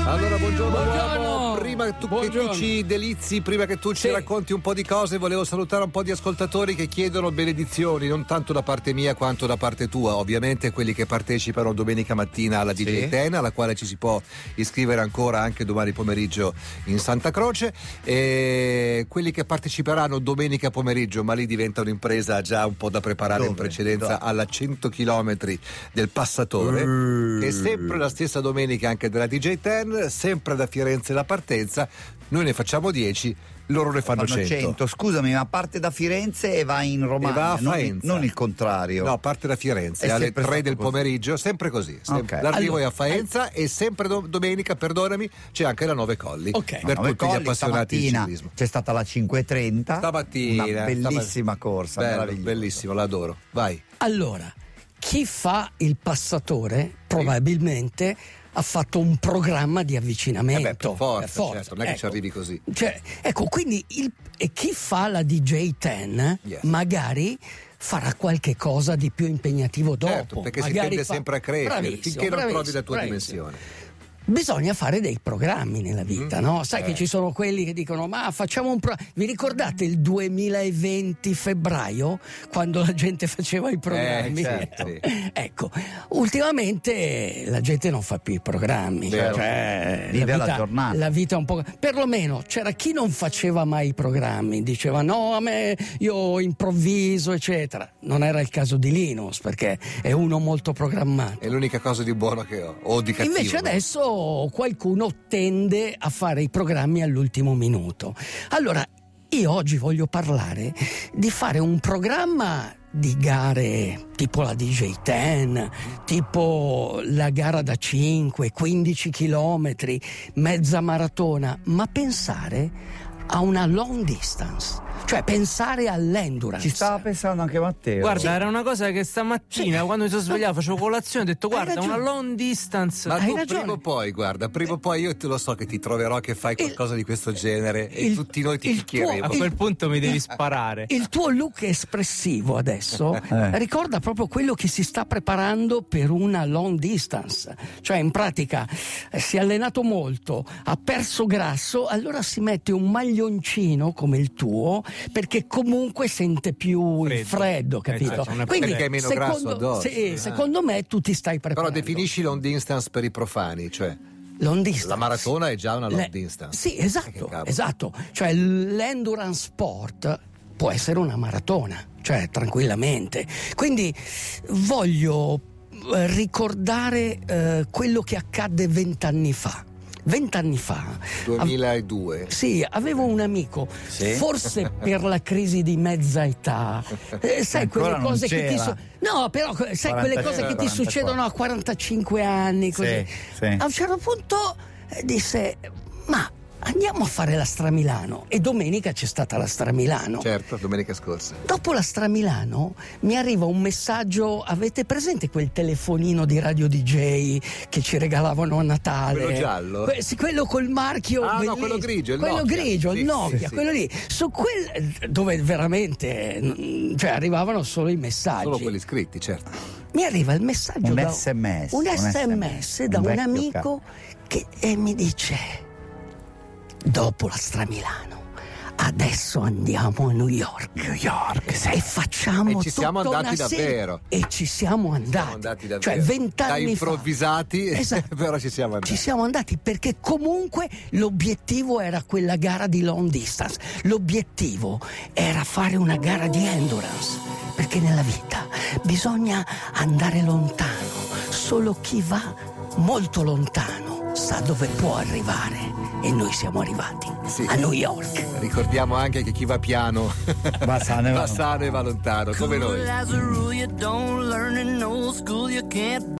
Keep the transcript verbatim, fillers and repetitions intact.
Allora, buongiorno, Buongiorno. uomo. Prima tu, che Buongiorno. tu ci delizi, prima che tu ci Sì. racconti un po' di cose, volevo salutare un po' di ascoltatori che chiedono benedizioni, non tanto da parte mia quanto da parte tua. Ovviamente quelli che partecipano domenica mattina alla D J Sì. Ten, alla quale ci si può iscrivere ancora anche domani pomeriggio in Santa Croce, e quelli che parteciperanno domenica pomeriggio, ma lì diventa un'impresa già un po' da preparare Dove? in precedenza, Dove? alla cento chilometri del Passatore, Uh. che è sempre la stessa domenica anche della D J Ten, sempre da Firenze la partenza. Noi ne facciamo dieci, loro ne fanno, Fanno cento. Scusami, ma parte da Firenze e va in Romagna, E va a non, Faenza. non il contrario. No, parte da Firenze È alle sempre tre stato del così. pomeriggio, sempre così. sempre. Ok. L'arrivo Allora, è a Faenza e sempre do- domenica, perdonami, c'è anche la Nove Colli. Ok. Per Nove tutti gli Colli, appassionati di stamattina ciclismo. c'è stata la cinque e trenta, Stamattina. una bellissima stama- corsa, Bello, meravigliosa. bellissimo, l'adoro. Vai. Allora, chi fa il passatore probabilmente ha fatto un programma di Eh avvicinamento. beh, per forza, Per forza, certo, non è che ci ecco. arrivi così. Cioè, ecco, quindi il, e chi fa la D J Ten Yes. magari farà qualche cosa di più impegnativo dopo. Certo, perché si Magari tende fa- sempre a crescere, Bravissimo, finché non trovi bravissimo, la tua bravissimo. dimensione. Bisogna fare dei programmi nella vita, Mm, no? Sai eh. che ci sono quelli che dicono: ma facciamo un pro. Vi ricordate il duemilaventi febbraio, quando la gente faceva i programmi? Eh, certo. Sì. Ecco, ultimamente la gente non fa più i programmi. Vero. Cioè, Vive la la giornata. La vita è un po'. Perlomeno c'era chi non faceva mai i programmi, diceva: no, a me io improvviso, eccetera. Non era il caso di Linus, perché è uno molto programmato. È l'unica cosa di buono che ho, o di cattivo. Invece adesso qualcuno tende a fare i programmi all'ultimo minuto. Allora, io oggi voglio parlare di fare un programma di gare tipo la D J Ten, tipo la gara da cinque, quindici chilometri, mezza maratona, ma pensare a una long distance, cioè pensare all'endurance. Ci stava pensando anche Matteo. Guarda, era una cosa che stamattina Sì. quando mi sono svegliato facevo colazione, ho detto Hai guarda, ragione. una long distance. Ma Hai tu ragione. prima o poi, guarda, prima o poi io te lo so che ti troverò che fai qualcosa di questo genere e il- tutti noi ti il picchieremo. A tuo- quel punto mi devi sparare. Il tuo look espressivo adesso Eh. ricorda proprio quello che si sta preparando per una long distance, cioè in pratica eh, si è allenato molto, ha perso grasso, allora si mette un maglioncino come il tuo perché comunque sente più il Freddo. freddo, capito? certo, non è Quindi perché è meno grasso secondo, addosso. sì, Ah. secondo me tu ti stai Però preparando. definisci long distance per i profani, cioè Long distance. la maratona è già una long Le- distance. Sì, Eh, che esatto, cavolo. esatto. Cioè l'endurance sport può essere una maratona, cioè tranquillamente. Quindi voglio eh, ricordare eh, quello che accadde vent'anni fa. Vent'anni fa. duemiladue. Sì, avevo un amico, Sì? forse per la crisi di mezza età, eh, sai Ancora quelle non cose che ti c'era. su- no, però sai quelle cose che ti quarantacinque. succedono a quarantacinque anni, così. Sì, sì. A un certo punto eh, disse: ma andiamo a fare la Stramilano. E domenica c'è stata la Stramilano. Certo, domenica scorsa. Dopo la Stramilano mi arriva un messaggio. Avete presente quel telefonino di Radio D J che ci regalavano a Natale? Quello giallo? Que- sì, quello col marchio Ah, no, bellissimo. quello grigio, il quello Nokia. grigio, Sì, il Nokia, sì, sì. quello lì. Su quel dove veramente mm, cioè arrivavano solo i messaggi. Solo quelli scritti, certo. Mi arriva il messaggio Un da S M S, un un S M S S M S, da un un vecchio amico che e mi dice: dopo la Stramilano adesso andiamo a New York. New York, sì. E facciamo E ci siamo tutta andati una serie- davvero. E ci siamo andati. Siamo andati davvero. Cioè vent'anni Da fa. improvvisati, Esatto. però ci siamo andati. Ci siamo andati perché comunque l'obiettivo era quella gara di long distance. L'obiettivo era fare una gara di endurance. Perché nella vita bisogna andare lontano. Solo chi va molto lontano sa dove può arrivare. E noi siamo arrivati Sì. a New York. Ricordiamo anche che chi va piano Va sano e va va sano e va lontano, come noi. As a rule, you don't learn in no school. You can't